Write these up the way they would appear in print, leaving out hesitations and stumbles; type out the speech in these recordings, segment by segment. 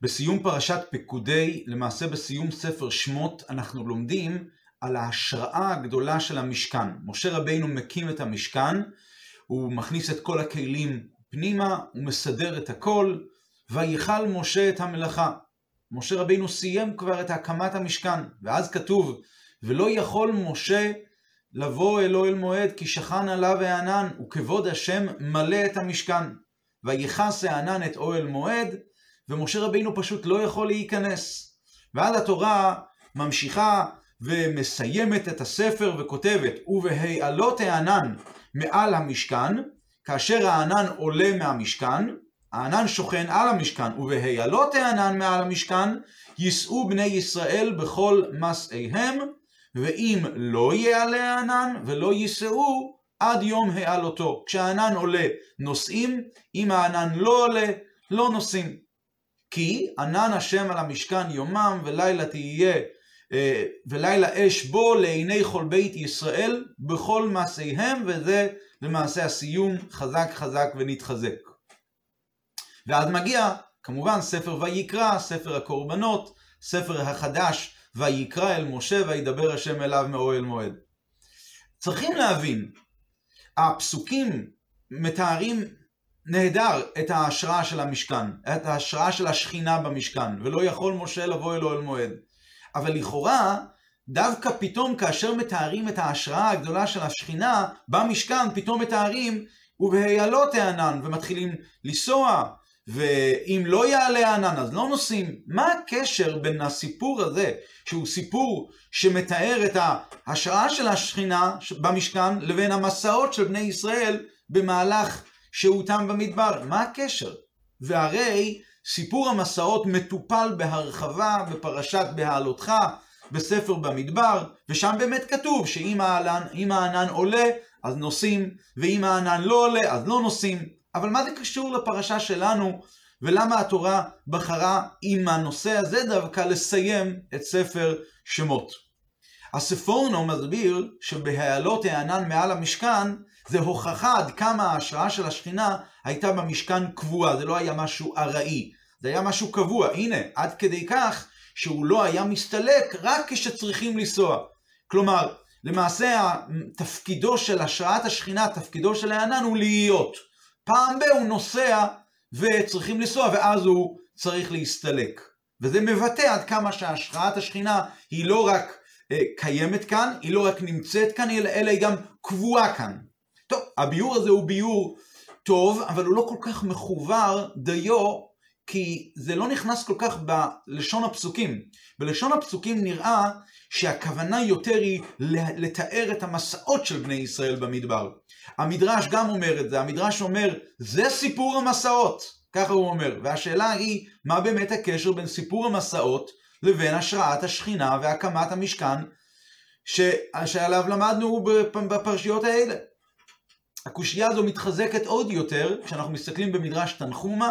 בסיום פרשת פקודי, למעשה בסיום ספר שמות, אנחנו לומדים על ההשראה הגדולה של המשכן. משה רבינו מקים את המשכן, הוא מכניס את כל הכלים פנימה, הוא מסדר את הכל, ויכל משה את המלאכה. משה רבינו סיים כבר את הקמת המשכן, ואז כתוב, ולא יכול משה לבוא אל אוהל מועד, כי שכן עליו הענן, וכבוד השם מלא את המשכן. ויכס הענן את אוהל מועד, ומשה רבינו פשוט לא יכול להיכנס. ואז התורה ממשיכה ומסיימת את הספר וכותבת, ובהעלות הענן מעל המשכן, כאשר הענן עולה מהמשכן, הענן שוכן על המשכן, ובהעלות הענן מעל המשכן, ייסעו בני ישראל בכל מסעיהם, ואם לא יעלה הענן ולא ייסעו, עד יום העלותו. כשהענן עולה נוסעים, אם הענן לא עולה, לא נוסעים. כי ענן השם על המשכן יומם, ולילה אש בו לעיני כל בית ישראל בכל מעשיהם, וזה למעשה הסיום, חזק חזק ונתחזק. ואז מגיע כמובן ספר ויקרא, ספר הקורבנות, ספר החדש, ויקרא אל משה וידבר השם אליו מאוהל מועד. צריכים להבין, הפסוקים מתארים נהדר את ההשראה של המשכן, את ההשראה של השכינה במשכן, ולא יכול משה לבוא אל אוהל מועד. אבל לכאורה, דווקא פתאום כאשר מתארים את ההשראה הגדולה של השכינה במשכן, פתאום מתארים ובהעלות הענן, ומתחילים לנסוע, ואם לא יעלה הענן אז לא נוסעים. מה הקשר בין הסיפור הזה, שהוא סיפור שמתאר את ההשראה של השכינה במשכן, לבין המסעות של בני ישראל במהלך שהותם במדבר? מה הקשר? והרי סיפור המסעות מטופל בהרחבה בפרשת בהעלותך בספר במדבר, ושם באמת כתוב שאם הענן עולה אז נוסעים, ואם הענן לא עולה אז לא נוסעים. אבל מה זה קשור לפרשה שלנו, ולמה התורה בחרה עם הנושא הזה דווקא לסיים את ספר שמות? הספורנו מסביר שבהעלות הענן מעל המשכן, זה הוכחה עד כמה ההשראה של השכינה הייתה במשכן קבועה, זה לא היה משהו ארעי, זה היה משהו קבוע. הנה, עד כדי כך שהוא לא היה מסתלק רק כשצריכים לנסוע. כלומר, למעשה תפקידו של השראת השכינה, תפקידו של הענן הוא להיות. פעם בה הוא נוסע וצריכים לנסוע, ואז הוא צריך להסתלק. וזה מבטא עד כמה שהשראת השכינה היא לא רק קיימת כאן, היא לא רק נמצאת כאן, אלא היא גם קבועה כאן. טוב, הביור הזה הוא ביור טוב, אבל הוא לא כל כך מחובר דיו, כי זה לא נכנס כל כך בלשון הפסוקים. בלשון הפסוקים נראה שהכוונה יותר היא לתאר את המסעות של בני ישראל במדבר. המדרש גם אומר את זה, המדרש אומר, זה סיפור המסעות, ככה הוא אומר. והשאלה היא, מה באמת הקשר בין סיפור המסעות לבין השראת השכינה והקמת המשכן שעליו למדנו בפרשיות האלה? הקושיה הזו מתחזקת עוד יותר כשאנחנו מסתכלים במדרש תנחומה,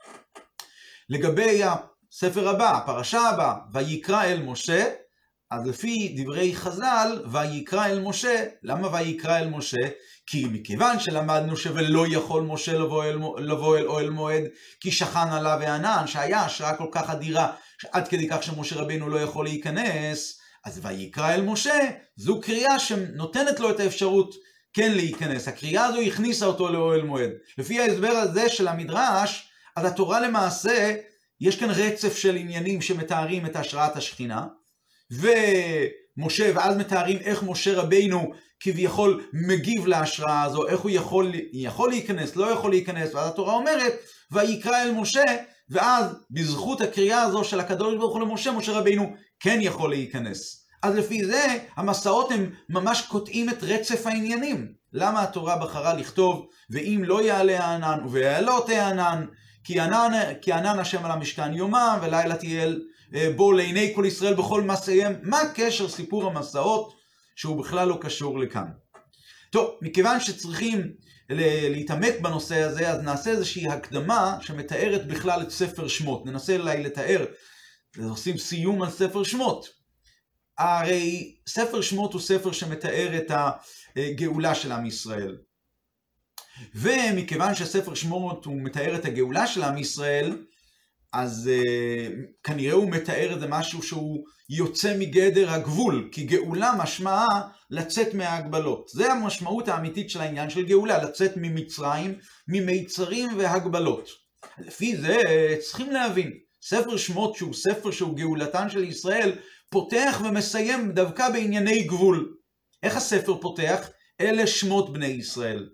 לגבי הספר הבא, הפרשה הבאה, ויקרא אל משה. אז לפי דברי חז"ל, ויקרא אל משה. למה ויקרא אל משה? כי מכיוון שלמדנו שלא יכול משה לבוא אל אוהל מועד, כי שכן עליו הענן, שהיה השראה כל כך אדירה, עד כדי כך שמשה רבינו לא יכול להיכנס, אז ויקרא אל משה, זו קריאה שנותנת לו את האפשרות כן להיכנס. הקריאה הזו הכניסה אותו לאוהל מועד. לפי ההסבר הזה של המדרש, אז התורה למעשה, יש כאן רצף של עניינים שמתארים את השראת השכינה, ומשה, ואז מתארים איך משה רבינו כביכול מגיב להשראה הזו, איך הוא יכול להיכנס, לא יכול להיכנס, ואז התורה אומרת, ויקרא אל משה, ואז בזכות הקריאה הזו של הקדוש ברוך הוא למשה, משה רבינו כן יכול להיכנס. אז לפי זה, המסעות הם ממש קוטעים את רצף העניינים. למה התורה בחרה לכתוב, ואם לא יעלה הענן, ובהעלות הענן, כי ענן השם על המשכן יומם, ולילה תהיה בו לעיני כל ישראל בכל מעשיהם? מה הקשר סיפור המסעות שהוא בכלל לא קשור לכאן? טוב, מכיוון שצריכים להתעמק בנושא הזה, אז נעשה איזושהי הקדמה שמתארת בכלל את ספר שמות. ננסה אולי לתאר, עושים סיום על ספר שמות. הרי ספר שמות הוא ספר שמתאר את הגאולה של עם ישראל. ומכיוון שספר שמות הוא מתאר את הגאולה של עם ישראל, אז כנראה הוא מתאר את זה משהו שהוא יוצא מגדר הגבול, כי גאולה משמעה לצאת מההגבלות. זה המשמעות האמיתית של העניין של גאולה, לצאת ממצרים, ממיצרים והגבלות. לפי זה צריכים להבין, ספר שמות שהוא ספר שהוא גאולתן של ישראל, פותח ומסיים דווקא בענייני גבול. איך הספר פותח? אלה שמות בני ישראל.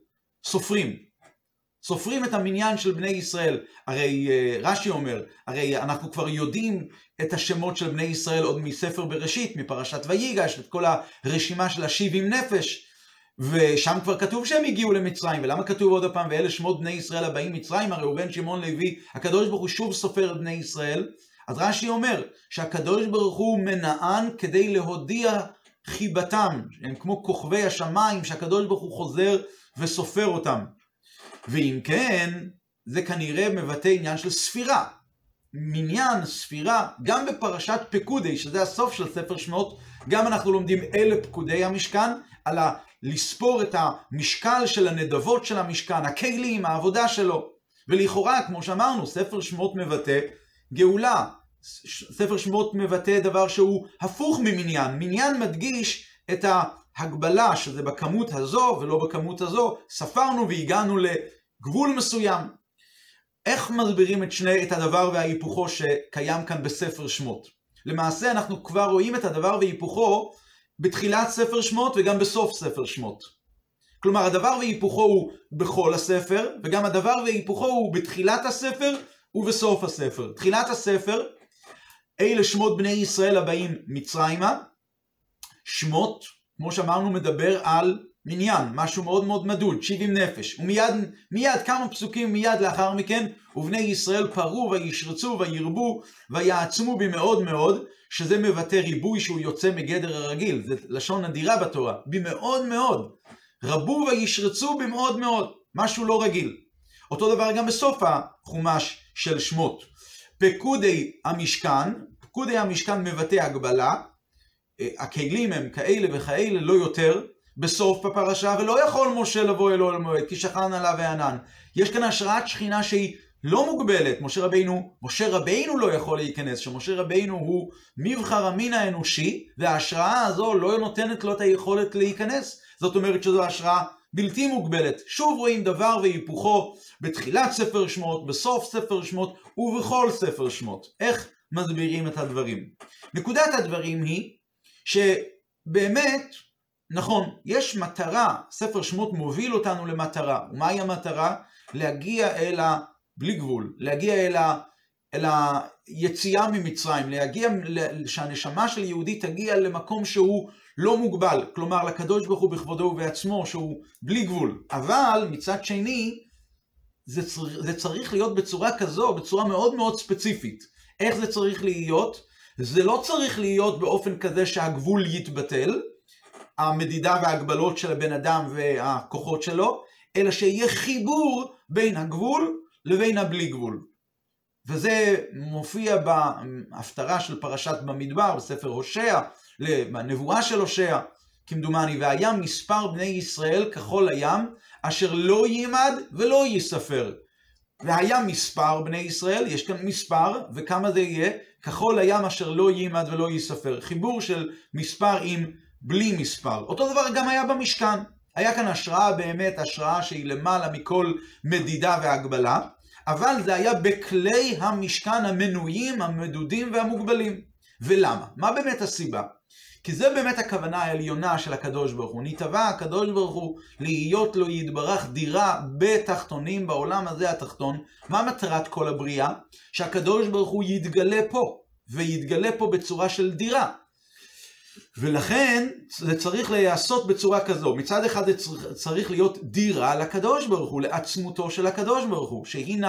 סופרים את המניין של בני ישראל. הרי רש"י אומר, הרי אנחנו כבר יודעים את השמות של בני ישראל עוד מספר בראשית, מפרשת ויגש, את כל הרשימה של 70 נפש, ושם כבר כתוב שהם הגיעו למצרים. ולמה כתוב עוד הפעם, ואלה שמות בני ישראל הבאים מצרים? הרי ראובן, שמעון, לוי, הקדוש ברוך הוא שוב סופר את בני ישראל. אז רש"י אומר שהקדוש ברוך הוא מנען כדי להודיע חיבתם, הם כמו כוכבי השמיים שהקדוש ברוך הוא חוזר וסופר אותם. ואם כן, זה כנראה מבטא עניין של ספירה. מניין, ספירה, גם בפרשת פקודי, שזה הסוף של ספר שמות, גם אנחנו לומדים אלה פקודי המשכן, על לספור את המשקל של הנדבות של המשכן, הכלים, העבודה שלו. ולכאורה, כמו שאמרנו, ספר שמות מבטא גאולה. ספר שמות מבטא דבר שהוא הפוך ממניין. מניין מדגיש את ההגבלה, שזה בכמות הזו ולא בכמות הזו. ספרנו והגענו לגבול מסוים. איך מסבירים את הדבר וההיפוכו שקיים כאן בספר שמות? למעשה אנחנו כבר רואים את הדבר וההיפוכו בתחילת ספר שמות וגם בסוף ספר שמות. כלומר, הדבר וההיפוכו הוא בכל הספר, וגם הדבר וההיפוכו הוא בתחילת הספר ובסוף הספר. תחילת הספר, אלה שמות בני ישראל הבאים מצרימה. שמות, כמו שאמרנו, מדבר על מניין, משהו מאוד מאוד מדוד, 70 נפש. ומיד כמה פסוקים מיד לאחר מכן, ובני ישראל פרו וישרצו וירבו ויעצמו במאוד מאוד, שזה מבטא ריבוי שהוא יוצא מגדר הרגיל. זה לשון נדירה בתורה, במאוד מאוד. רבו וישרצו במאוד מאוד, משהו לא רגיל. אותו דבר גם בסוף החומש של שמות. פקודי המשכן מבטא הגבלה, הכלים הם כאלה וכאלה, לא יותר, בסוף בפרשה, ולא יכול משה לבוא אלו אל מועד, כי שכן עליו הענן. יש כאן השראת שכינה שהיא לא מוגבלת. משה רבינו לא יכול להיכנס, שמשה רבינו הוא מבחר המין האנושי, וההשראה הזו לא נותנת לו את היכולת להיכנס. זאת אומרת שזו השראה בלתי מוגבלת. שוב רואים דבר והיפוכו בתחילת ספר שמות, בסוף ספר שמות ובכל ספר שמות. איך מסבירים את הדברים? נקודת הדברים היא שבאמת, נכון, יש מטרה, ספר שמות מוביל אותנו למטרה. ומהי המטרה? להגיע בלי גבול, להגיע אל היציאה ממצרים, שהנשמה של יהודי תגיע למקום שהוא לא מוגבל, כלומר לקדוש ברוך הוא בכבודו ובעצמו, שהוא בלי גבול. אבל מצד שני, זה צריך להיות בצורה כזו, בצורה מאוד מאוד ספציפית. איך זה צריך להיות? זה לא צריך להיות באופן כזה שהגבול יתבטל, המדידה וההגבלות של הבן אדם והכוחות שלו, אלא שיהיה חיבור בין הגבול לבין הבלי גבול. וזה מופיע בהפטרה של פרשת במדבר, בספר הושע, בנבואה של הושע, כמדומני, והיה מספר בני ישראל כחול הים, אשר לא יימד ולא ייספר. והיה מספר בני ישראל, יש כאן מספר, וכמה זה יהיה? כחול הים אשר לא יימד ולא ייספר. חיבור של מספר עם בלי מספר. אותו דבר גם היה במשכן. היה כאן השראה באמת, השראה שהיא למעלה מכל מדידה והגבלה, אבל זה היה בכלי המשכן המנויים, המדודים והמוגבלים. ולמה? מה באמת הסיבה? כי זה באמת הכוונה העליונה של הקדוש ברוך הוא. נתבע הקדוש ברוך הוא להיות לו יתברך דירה בתחתונים, בעולם הזה התחתון. מה מטרת כל הבריאה? שהקדוש ברוך הוא יתגלה פה, ויתגלה פה בצורה של דירה. ולכן זה צריך להיעשות בצורה כזו. מצד אחד זה צריך להיות דירה לקדוש ברוך הוא, לעצמותו של הקדוש ברוך הוא, שהיא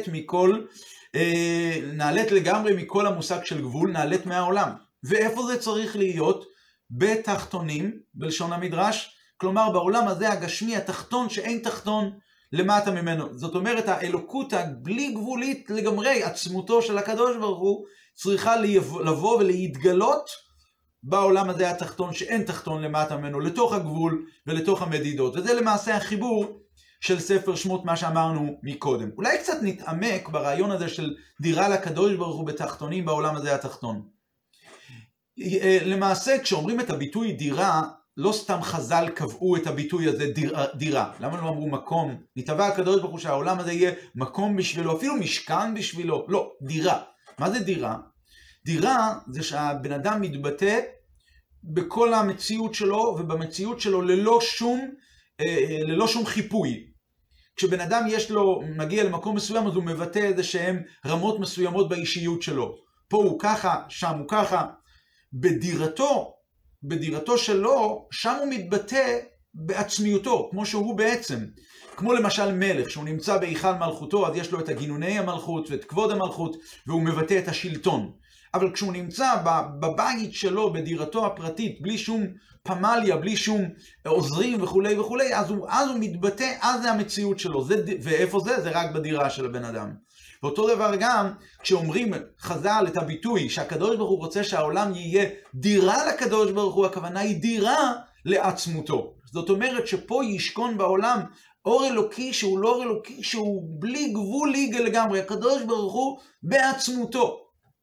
נעלית לגמרי מכל המושג של גבול, נעלית מהעולם. ואיפה זה צריך להיות? בתחתונים, בלשון המדרש, כלומר בעולם הזה הגשמי התחתון שאין תחתון למטה ממנו. זאת אומרת האלוקות הבלי גבולית לגמרי, עצמותו של הקדוש ברוך הוא, צריכה לבוא ולהתגלות בעולם הזה התחתון שאין תחתון למטה ממנו, לתוך הגבול ולתוך המדידות. וזה למעשה החיבור של ספר שמות, מה שאמרנו מקודם. אולי קצת נתעמק ברעיון הזה של דירה לקדוש ברוך הוא בתחתונים בעולם הזה התחתון. למעשה כשאומרים את הביטוי דירה, לא סתם חז"ל קבעו את הביטוי הזה דירה. למה לא אמרו מקום? נתבע הקדוש ברוך הוא שהעולם הזה יהיה מקום בשבילו, אפילו משכן בשבילו. לא, דירה. מה זה דירה? דירה זה שהבן אדם מתבטא בכל המציאות שלו, ובמציאות שלו ללא שום חיפוי. כשבן אדם מגיע למקום מסוים, אז הוא מבטא איזה שהם רמות מסוימות באישיות שלו. פה הוא ככה, שם הוא ככה. בדירתו שלו, שם הוא מתבטא בעצמיותו, כמו שהוא בעצם. כמו למשל מלך, שהוא נמצא בהיכל מלכותו, אז יש לו את הגינוני המלכות ואת כבוד המלכות, והוא מבטא את השלטון. אבל כשהוא נמצא בבית שלו, בדירתו הפרטית, בלי שום פמליה, בלי שום עוזרים וכולי וכולי, אז הוא מתבטא, אז זה המציאות שלו. ואיפה זה? זה רק בדירה של הבן אדם. ואותו דבר גם, כשאומרים חז"ל את הביטוי שהקדוש ברוך הוא רוצה שהעולם יהיה דירה לקדוש ברוך הוא, הכוונה היא דירה לעצמותו. זאת אומרת שפה ישכון בעולם אור אלוקי שהוא לא אור אלוקי, שהוא בלי גבול ליגה לגמרי, הקדוש ברוך הוא בעצמותו.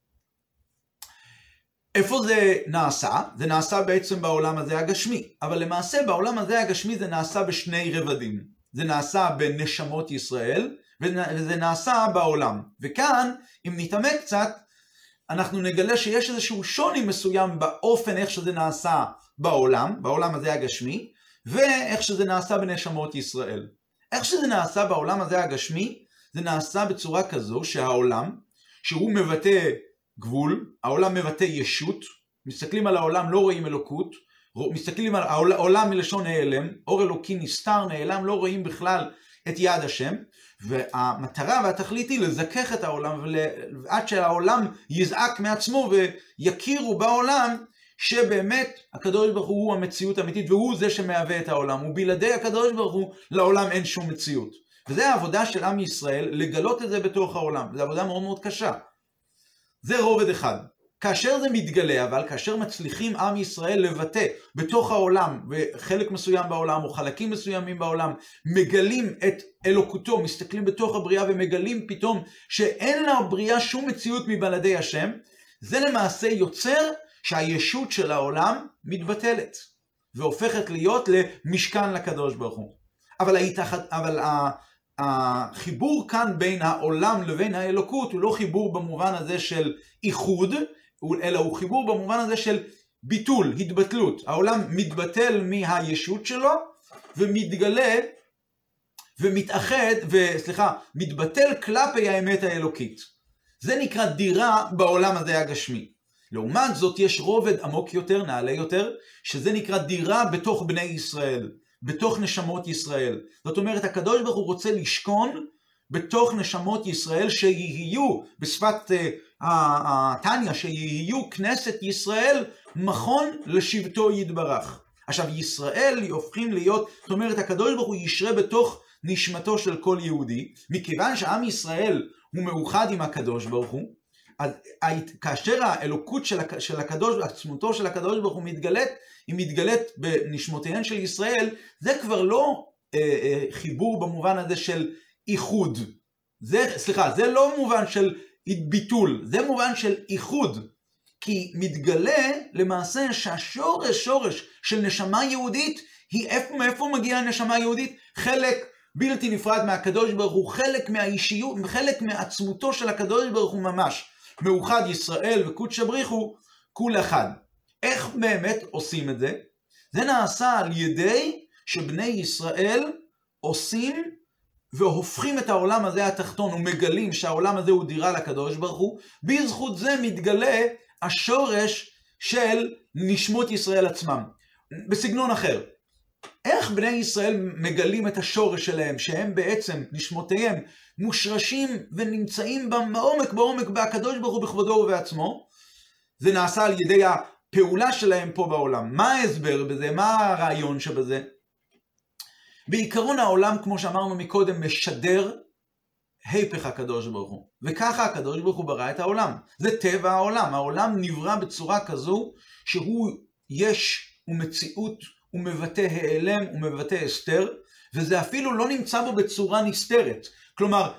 איפה זה נעשה? זה נעשה בעצם בעולם הזה הגשמי, אבל למעשה בעולם הזה הגשמי זה נעשה בשני רבדים. זה נעשה בנשמות ישראל, וזה נעשה בעולם. וכאן, אם נתעמק קצת, אנחנו נגלה שיש איזשהו שוני מסוים באופן איך שזה נעשה בעולם הזה הגשמי, ואיך שזה נעשה בנשמות ישראל. איך שזה נעשה בעולם הזה הגשמי, זה נעשה בצורה כזו שהעולם, שהוא מבטא גבול, העולם מבטא ישות, מסתכלים על העולם לא רואים אלוקות, מסתכלים על העולם מלשון נעלם, אור אלוקי נסתר, נעלם, לא רואים בכלל את יד השם, והמטרה והתכלית היא לזכך את העולם, ועד שהעולם יזעק מעצמו ויכירו בעולם שבאמת הקדוש ברוך הוא המציאות האמיתית, והוא זה שמהווה את העולם, ובלעדי הקדוש ברוך הוא לעולם אין שום מציאות. וזה העבודה של עם ישראל, לגלות את זה בתוך העולם. זו עבודה מאוד מאוד קשה. זה רובד אחד. כאשר זה מתגלה, אבל כאשר מצליחים עם ישראל לבטא בתוך העולם, וחלק מסוים בעולם, או חלקים מסוימים בעולם, מגלים את אלוקותו, מסתכלים בתוך הבריאה, ומגלים פתאום שאין לבריאה שום מציאות מבלעדי השם, זה למעשה יוצר שהישות של העולם מתבטלת, והופכת להיות למשכן לקדוש ברוך הוא. אבל החיבור כאן בין העולם לבין האלוקות הוא לא חיבור במובן הזה של איחוד, אלא הוא חיבור במובן הזה של ביטול, התבטלות. העולם מתבטל מהישות שלו ומתגלה ומתאחד, מתבטל כלפי האמת האלוקית. זה נקרא דירה בעולם הזה הגשמי. לעומת זאת יש רובד עמוק יותר, נעלה יותר, שזה נקרא דירה בתוך בני ישראל, בתוך נשמות ישראל. זאת אומרת, הקדוש ברוך הוא רוצה לשכון בתוך נשמות ישראל, שיהיו בשפת התניא, שיהיו כנסת ישראל מכון לשבטו יתברך. עכשיו ישראל הופכים להיות, זאת אומרת הקדוש ברוך הוא ישרה בתוך נשמתו של כל יהודי, מכיוון שעם ישראל הוא מאוחד עם הקדוש ברוך הוא, אז כאשר האלוקות של הקדוש, עצמותו של הקדוש ברוך הוא מתגלית, היא מתגלית בנשמותיהן של ישראל, זה כבר לא חיבור במובן הזה של איחוד. זה לא מובן של ביטול, זה מובן של איחוד. כי מתגלה למעשה שהשורש של נשמה יהודית, מאיפה מגיעה הנשמה היהודית? חלק בלתי נפרד מהקדוש ברוך הוא, חלק מהאישיות, חלק מעצמותו של הקדוש ברוך הוא ממש. מאוחד ישראל וקודש בריחו כול אחד. איך באמת עושים את זה? זה נעשה על ידי שבני ישראל עושים והופכים את העולם הזה התחתון ומגלים שהעולם הזה הוא דירה לקדוש ברוך הוא. בזכות זה מתגלה השורש של נשמות ישראל עצמם. בסגנון אחר. איך בני ישראל מגלים את השורש שלהם, שהם בעצם נשמותיהם מושרשים ונמצאים בעומק בהקדוש ברוך הוא בכבודו ובעצמו? זה נעשה על ידי הפעולה שלהם פה בעולם. מה ההסבר בזה? מה הרעיון שבזה? בעיקרון העולם, כמו שאמרנו מקודם, משדר היפך הקדוש ברוך הוא. וככה הקדוש ברוך הוא ברא את העולם. זה טבע העולם. העולם נברא בצורה כזו שהוא יש ומציאות, הוא מבטא העלם, הוא מבטא הסתר, וזה אפילו לא נמצא בו בצורה נסתרת. כלומר,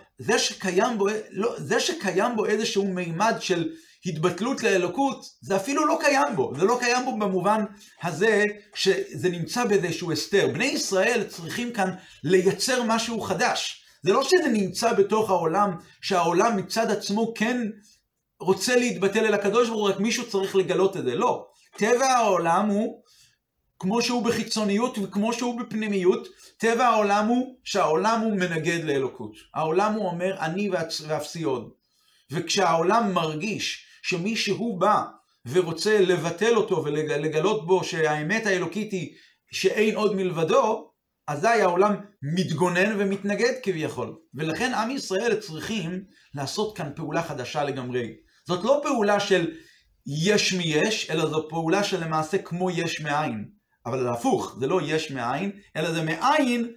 זה שקיים בו איזשהו מימד של התבטלות לאלוקות, זה אפילו לא קיים בו. זה לא קיים בו במובן הזה שזה נמצא באיזשהו הסתר. בני ישראל צריכים כאן לייצר משהו חדש. זה לא שזה נמצא בתוך העולם, שהעולם מצד עצמו כן רוצה להתבטל אל הקדוש ברוך הוא, רק מישהו צריך לגלות את זה. לא. טבע העולם הוא, כמו שהוא בחיצוניות וכמו שהוא בפנימיות, טבע העולם הוא שהעולם הוא מנגד לאלוקות. העולם הוא אומר אני ואפסי עוד. וכשהעולם מרגיש שמישהו בא ורוצה לבטל אותו ולגלות בו שהאמת האלוקית היא שאין עוד מלבדו, אזי העולם מתגונן ומתנגד כביכול. ולכן עם ישראל צריכים לעשות כאן פעולה חדשה לגמרי. זאת לא פעולה של יש מיש, אלא זו פעולה של למעשה כמו יש מאין. אבל זה הפוך, זה לא יש מאין, אלא זה מאין,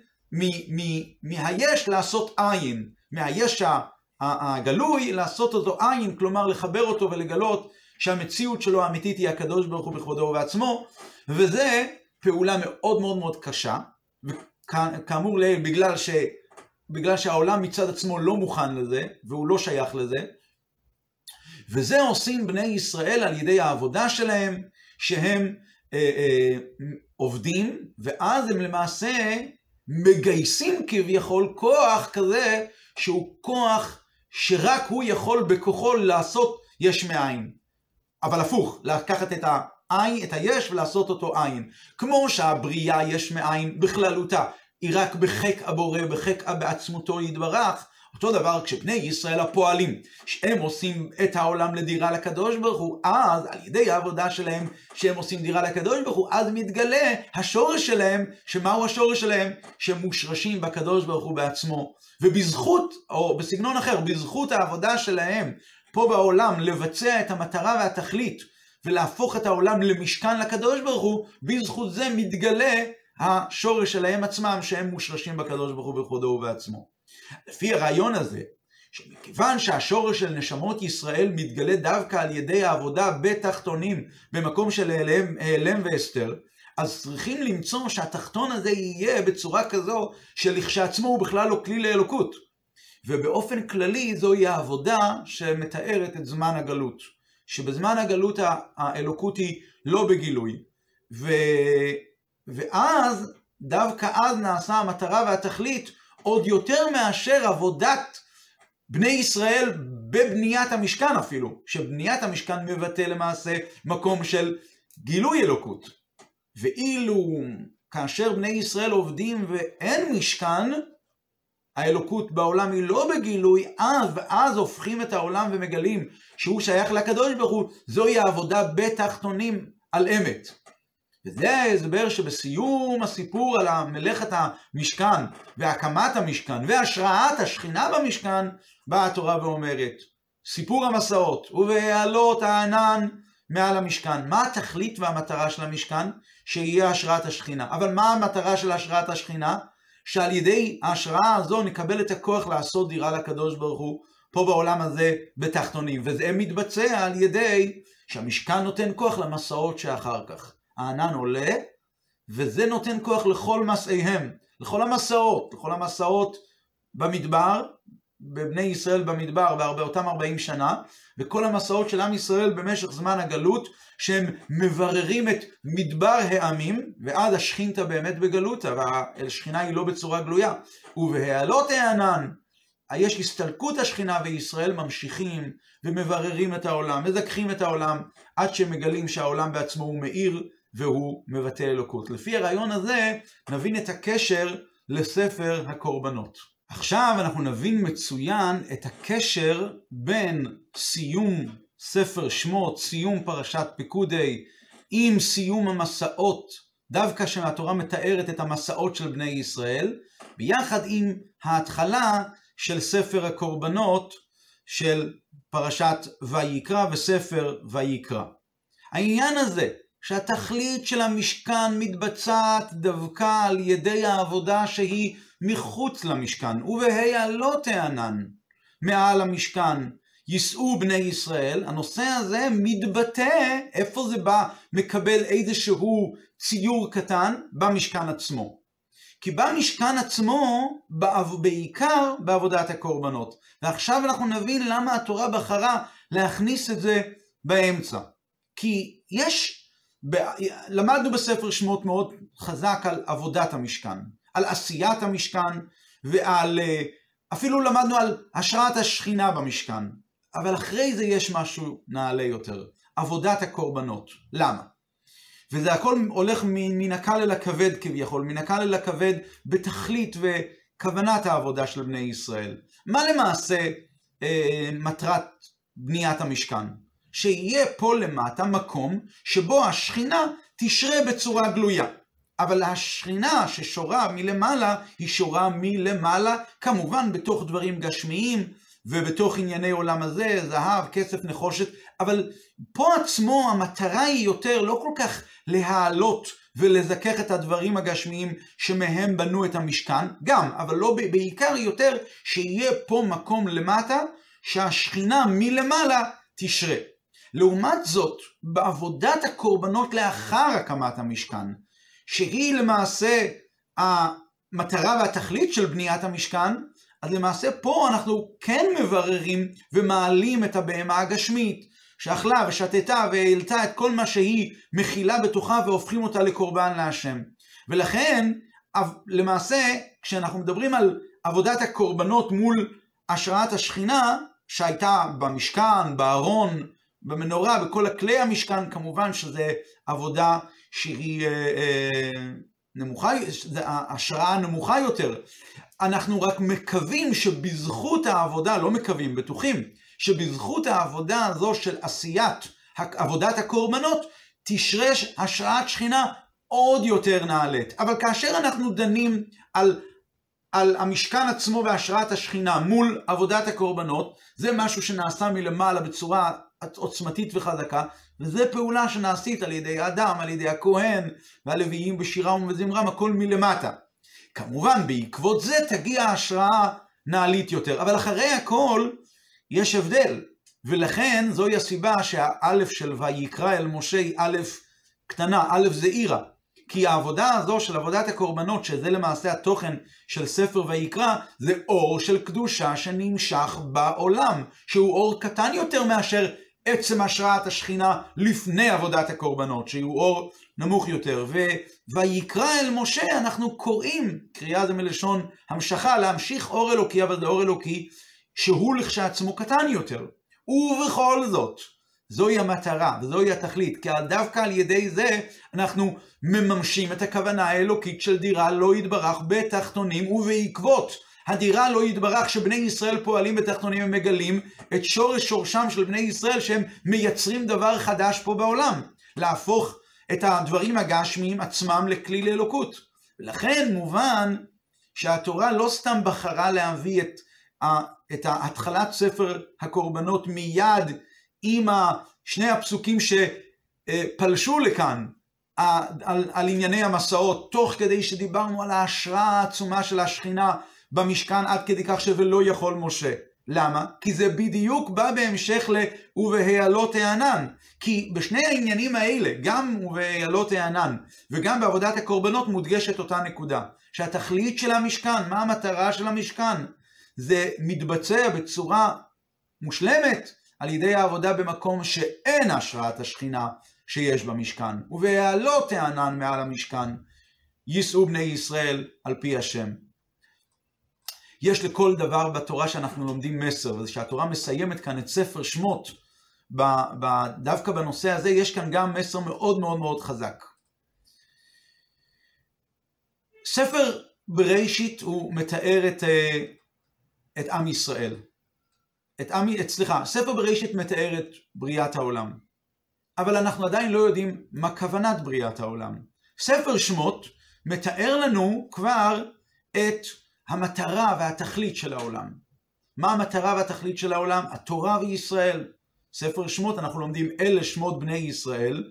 מהיש לעשות עין. מהיש הגלוי לעשות אותו עין, כלומר לחבר אותו ולגלות שהמציאות שלו האמיתית היא הקדוש ברוך הוא בכבודו ובעצמו, וזה פעולה מאוד מאוד מאוד קשה, וכאמור לעיל, בגלל שהעולם מצד עצמו לא מוכן לזה, והוא לא שייך לזה, וזה עושים בני ישראל על ידי העבודה שלהם, שהם עובדים, ואז הם למעשה מגייסים כביכול כוח כזה, שהוא כוח שרק הוא יכול בכוחו לעשות יש מאין. אבל הפוך, לקחת את העין, את היש ולעשות אותו עין. כמו שהבריאה יש מאין בכללותה, היא רק בחק הבורא, בחק בעצמותו יתברך. אותו דבר כשבני ישראל הפועלים, שהם עושים את העולם לדירה לקדוש ברוך הוא, אז על ידי העבודה שלהם שהם עושים דירה לקדוש ברוך הוא, אז מתגלה השורש שלהם, שמהו השורש שלהם? שהם מושרשים בקדוש ברוך הוא בעצמו. ובזכות, או בסגנון אחר, בזכות העבודה שלהם פה בעולם לבצע את המטרה והתכלית, ולהפוך את העולם למשכן לקדוש ברוך הוא, בזכות זה מתגלה השורש שלהם עצמם, שהם מושרשים בקדוש ברוך הוא בכבודו ובעצמו. לפי הרעיון הזה, שמכיוון שהשורש של נשמות ישראל מתגלה דווקא על ידי העבודה בתחתונים, במקום של העלם והסתר, אז צריכים למצוא שהתחתון הזה יהיה בצורה כזו שלכשעצמו הוא בכלל לא כלי לאלוקות. ובאופן כללי זוהי העבודה שמתארת את זמן הגלות. שבזמן הגלות האלוקות היא לא בגילוי. ואז, דווקא אז נעשה המטרה והתכלית עוד יותר מאשר עבודת בני ישראל בבניית המשכן אפילו. שבניית המשכן מבטא למעשה מקום של גילוי אלוקות. ואילו כאשר בני ישראל עובדים ואין משכן, האלוקות בעולם היא לא בגילוי, אז הופכים את העולם ומגלים שהוא שייך לקדוש ברוך הוא, זוהי העבודה בתחתונים על אמת. וזה ההסבר שבסיום הסיפור על מלאכת המשכן והקמת המשכן והשראת השכינה במשכן, באה התורה ואומרת, סיפור המסעות ובהעלות הענן מעל המשכן. מה התכלית והמטרה של המשכן? שיהיה השראת השכינה. אבל מה המטרה של השראת השכינה? שעל ידי ההשראה הזו נקבל את הכוח לעשות דירה לקדוש ברוך הוא פה בעולם הזה בתחתונים. וזה מתבצע על ידי שהמשכן נותן כוח למסעות שאחר כך. הענן עולה, וזה נותן כוח לכל מסעיהם, לכל המסעות במדבר, בבני ישראל במדבר, באותם 40 שנה, וכל המסעות של עם ישראל במשך זמן הגלות, שהם מבררים את מדבר העמים, ואז השכינתה באמת בגלותה, והשכינה היא לא בצורה גלויה. ובהעלות הענן, יש הסתלקות השכינה וישראל ממשיכים ומבררים את העולם, מזכחים את העולם, עד שמגלים שהעולם בעצמו הוא מאיר, והוא מבטא אלוקות. לפי הרעיון הזה נבין את הקשר לספר הקורבנות. עכשיו אנחנו נבין מצוין את הקשר בין סיום ספר שמות, סיום פרשת פקודי, עם סיום המסעות, דווקא שהתורה מתארת את המסעות של בני ישראל, ביחד עם ההתחלה של ספר הקורבנות של פרשת ויקרא וספר ויקרא. העניין הזה שהתכלית של המשכן מתבצעת דווקא על ידי העבודה שהיא מחוץ למשכן, ובהעלות הענן מעל המשכן ייסעו בני ישראל, הנושא הזה מתבטא, איפה זה בא, מקבל איזשהו ציור קטן במשכן עצמו. כי במשכן עצמו, בעיקר בעבודת הקורבנות. ועכשיו אנחנו נבין למה התורה בחרה להכניס את זה באמצע. כי למדנו בספר שמות מאוד חזק על עבודת המשכן, על עשיית המשכן, אפילו למדנו על השראת השכינה במשכן. אבל אחרי זה יש משהו נעלה יותר, עבודת הקורבנות. למה? וזה הכל הולך מן הקל אל הכבד כביכול, מן הקל אל הכבד בתכלית וכוונת העבודה של בני ישראל. מה למעשה מטרת בניית המשכן? שיהיה פה למטה מקום שבו השכינה תשרה בצורה גלויה. אבל השכינה ששורה מלמעלה, היא שורה מלמעלה, כמובן בתוך דברים גשמיים, ובתוך ענייני עולם הזה, זהב, כסף, נחושת, אבל פה עצמו המטרה היא יותר לא כל כך להעלות ולזכך את הדברים הגשמיים שמהם בנו את המשכן, גם, אבל לא בעיקר יותר שיהיה פה מקום למטה, שהשכינה מלמעלה תשרה. לעומת זאת, בעבודת הקורבנות לאחר הקמת המשכן, שהיא למעשה המטרה והתכלית של בניית המשכן, אז למעשה פה אנחנו כן מבררים ומעלים את הבהמה הגשמית, שאכלה ושתתה והעלתה את כל מה שהיא מכילה בתוכה והופכים אותה לקורבן להשם. ולכן, למעשה, כשאנחנו מדברים על עבודת הקורבנות מול השראת השכינה, שהייתה במשכן, בארון, במנורה, בכל הכלי המשכן, כמובן שזה עבודה שהיא נמוכה, זה השראה נמוכה יותר. אנחנו רק מקווים שבזכות העבודה, לא מקווים, בטוחים, שבזכות העבודה הזו של עשיית עבודת הקורבנות, תשרה השראת שכינה עוד יותר נעלית. אבל כאשר אנחנו דנים על המשכן עצמו והשראת השכינה מול עבודת הקורבנות, זה משהו שנעשה מלמעלה בצורה עוצמתית וחזקה, וזה פעולה שנעשית על ידי האדם, על ידי הכהן, והלוויים בשירם ובזמרם, הכל מלמטה. כמובן, בעקבות זה תגיע ההשראה נעלית יותר, אבל אחרי הכל יש הבדל, ולכן זוהי הסיבה שהאלף של ויקרא אל משה היא אלף קטנה, אלף זעירה, כי העבודה הזו של עבודת הקורבנות, שזה למעשה התוכן של ספר ויקרא, זה אור של קדושה שנמשך בעולם, שהוא אור קטן יותר מאשר עצם השראת השכינה לפני עבודת הקורבנות, שהוא אור נמוך יותר. ויקרא אל משה אנחנו קוראים, קריאה זה מלשון המשכה, להמשיך אור אלוקי, אבל זה אור אלוקי שהוא לכשעצמו קטן יותר. ובכל זאת, זוהי המטרה וזוהי התכלית, כי דווקא על ידי זה אנחנו מממשים את הכוונה האלוקית של דירה לא יתברך בתחתונים, ובעקבות הדירה לא יתברך שבני ישראל פועלים בתחתונים ומגלים את שורשם של בני ישראל שהם מייצרים דבר חדש פה בעולם, להפוך את הדברים הגשמיים עצמם לכלי לאלוקות. ולכן מובן שהתורה לא סתם בחרה להביא את התחלת ספר הקורבנות מיד עם שני הפסוקים שפלשו לכאן על ענייני המסעות, תוך כדי שדיברנו על ההשראה העצומה של השכינה במשכן עד כדי כך שלא יכול משה. למה? כי זה בדיוק בא בהמשך ובהעלות הענן. כי בשני העניינים האלה, גם ובהעלות הענן וגם בעבודת הקורבנות מודגשת אותה נקודה. שהתכלית של המשכן, מה המטרה של המשכן? זה מתבצע בצורה מושלמת על ידי העבודה במקום שאין השראת השכינה שיש במשכן. ובהעלות הענן מעל המשכן ייסעו בני ישראל על פי השם. יש לכל דבר בתורה שאנחנו לומדים מסר, וזה שהתורה מסיימת כאן את ספר שמות, דווקא בנושא הזה יש כאן גם מסר מאוד מאוד מאוד חזק. ספר בראשית הוא מתאר את עם ישראל. ספר בראשית מתאר את בריאת העולם. אבל אנחנו עדיין לא יודעים מה כוונת בריאת העולם. ספר שמות מתאר לנו כבר את המטרה והתכלית של העולם. מה המטרה והתכלית של העולם? התורה וישראל. ספר שמות אנחנו לומדים אלה שמות בני ישראל,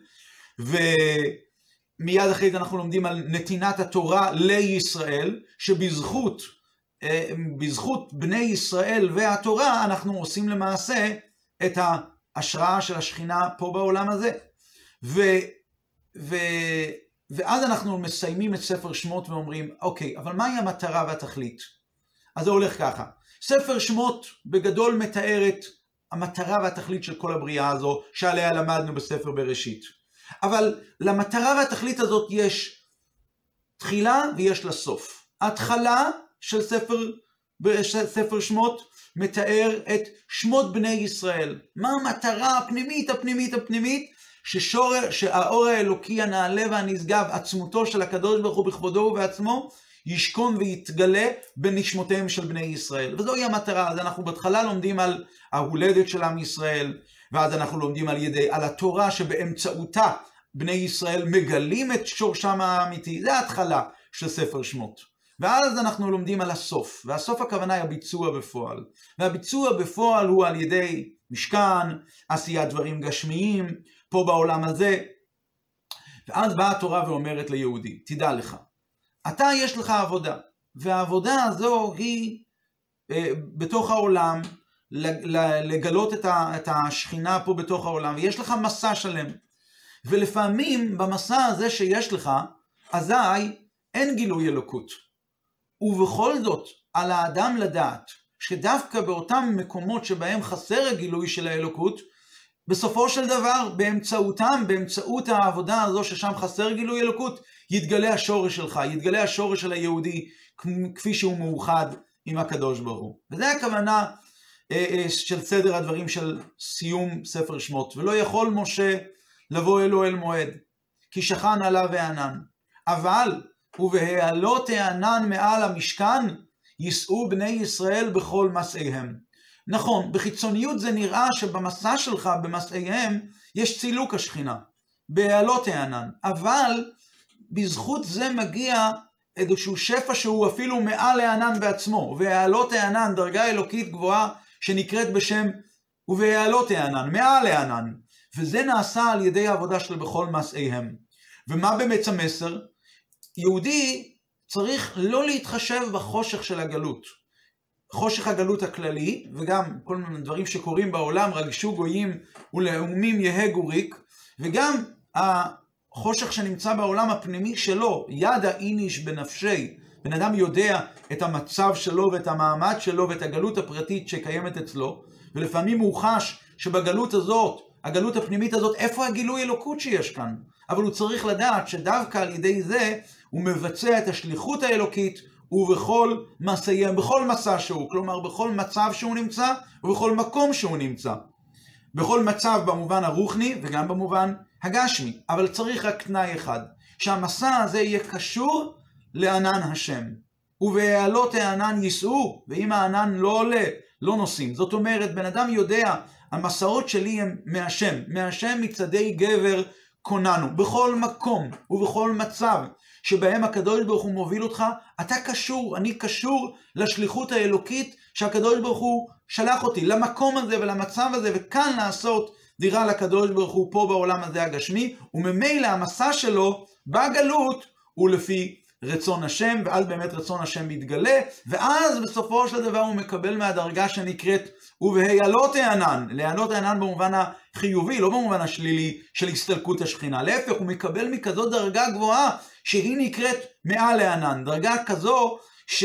ומיד אחרי זה אנחנו לומדים על נתינת התורה לישראל, שבזכות בני ישראל והתורה אנחנו עושים למעשה את ההשראה של השכינה פה בעולם הזה. ואז אנחנו מסיימים את ספר שמות ואומרים, אוקיי, אבל מהי המטרה והתכלית? אז זה הולך ככה. ספר שמות בגדול מתאר את המטרה והתכלית של כל הבריאה הזו, שעליה למדנו בספר בראשית. אבל למטרה והתכלית הזאת יש תחילה ויש לה סוף. ההתחלה של ספר שמות מתאר את שמות בני ישראל. מה המטרה הפנימית, שהאור האלוקי הנעלה והנשגב, עצמותו של הקדוש ברוך הוא בכבודו ובעצמו, ישכון ויתגלה בנשמותיהם של בני ישראל. וזוהי המטרה. אז אנחנו בהתחלה לומדים על ההולדת של עם ישראל, ואז אנחנו לומדים על התורה שבאמצעותה בני ישראל מגלים את שורשם האמיתי. זה ההתחלה של ספר שמות. ואז אנחנו לומדים על הסוף, והסוף הכוונה היא הביצוע בפועל. והביצוע בפועל הוא על ידי משכן, עשיית דברים גשמיים, פה בעולם הזה. ואז באה התורה ואומרת ליהודי, תדע לך, אתה יש לך עבודה, והעבודה הזו היא בתוך העולם, לגלות את השכינה פה בתוך העולם, ויש לך מסע שלם. ולפעמים במסע הזה שיש לך, אזי אין גילוי אלוקות. ובכל זאת, על האדם לדעת, שדווקא באותם מקומות שבהם חסר הגילוי של האלוקות, בסופו של דבר, באמצעות העבודה הזו ששם חסר גילוי אלוקות, יתגלה השורש שלך, יתגלה השורש של היהודי, כפי שהוא מאוחד עם הקדוש ברוך הוא. וזה הכוונה של סדר הדברים של סיום ספר שמות. ולא יכול משה לבוא אלו אל מועד, כי שכן עליו הענן. אבל, ובהעלות הענן מעל המשכן, ייסעו בני ישראל בכל מסעיהם. נכון, בחיצוניות זה נראה שבמסע שלך, במסעיהם, יש צילוק השכינה, בהעלות הענן. אבל בזכות זה מגיע איזשהו שפע שהוא אפילו מעל הענן בעצמו, והעלות הענן, דרגה אלוקית גבוהה שנקראת בשם ובהעלות הענן, מעל הענן. וזה נעשה על ידי העבודה שלו בכל מסעיהם. ומה באמת המסר? יהודי צריך לא להתחשב בחושך של הגלות. חושך הגלות הכללי, וגם כל מיני דברים שקורים בעולם, רגשו גויים ולאומים יהגו ריק, וגם החושך שנמצא בעולם הפנימי שלו, ידע איניש בנפשי, בן אדם יודע את המצב שלו ואת המעמד שלו ואת הגלות הפרטית שקיימת אצלו, ולפעמים הוא חש שבגלות הזאת, הגלות הפנימית הזאת, איפה הגילוי אלוקות שיש כאן? אבל הוא צריך לדעת שדווקא על ידי זה הוא מבצע את השליחות האלוקית, ובכל מסעיהם, בכל מסע שהוא, כלומר בכל מצב שהוא נמצא, ובכל מקום שהוא נמצא. בכל מצב במובן הרוחני וגם במובן הגשמי. אבל צריך רק תנאי אחד, שהמסע הזה יהיה קשור לענן השם. ובהעלות הענן ייסעו, ואם הענן לא עולה, לא נוסעים. זאת אומרת, בן אדם יודע, המסעות שלי הם מהשם מצדי גבר קוננו. בכל מקום ובכל מצב שבהם הקדוש ברוך הוא מוביל אותך, אתה קשור, אני קשור לשליחות האלוקית שהקדוש ברוך הוא שלח אותי, למקום הזה ולמצב הזה, וכאן לעשות דירה לקדוש ברוך הוא פה בעולם הזה הגשמי, וממילא המסע שלו בגלות הוא לפי רצון השם, ואז באמת רצון השם מתגלה, ואז בסופו של דבר הוא מקבל מהדרגה שנקראת ובהעלות הענן, להעלות הענן במובן החיובי, לא במובן השלילי של הסתלקות השכינה, להפך הוא מקבל מכזאת דרגה גבוהה שהיא נקראת מעל הענן, דרגה כזו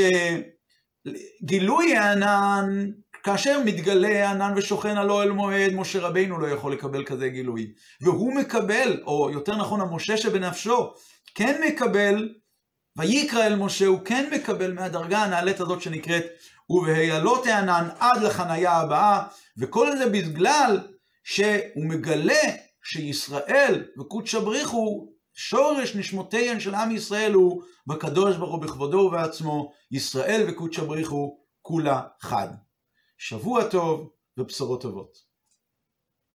שגילוי הענן, כאשר מתגלה הענן ושוכן על אוהל מועד, משה רבינו לא יכול לקבל כזה גילוי, והוא מקבל, או יותר נכון המשה שבנפשו, כן מקבל, ויקרא אל משה, הוא כן מקבל מהדרגה הנעלית הזאת שנקראת ובהעלות הענן עד לחניה הבאה, וכל זה בגלל שהוא מגלה שישראל וקודש בריחו, שורש נשמותיהן של עם ישראל הוא בקדוש ברוך הוא בכבודו ובעצמו, ישראל וקודש בריחו כולה חד. שבוע טוב ובשורות טובות.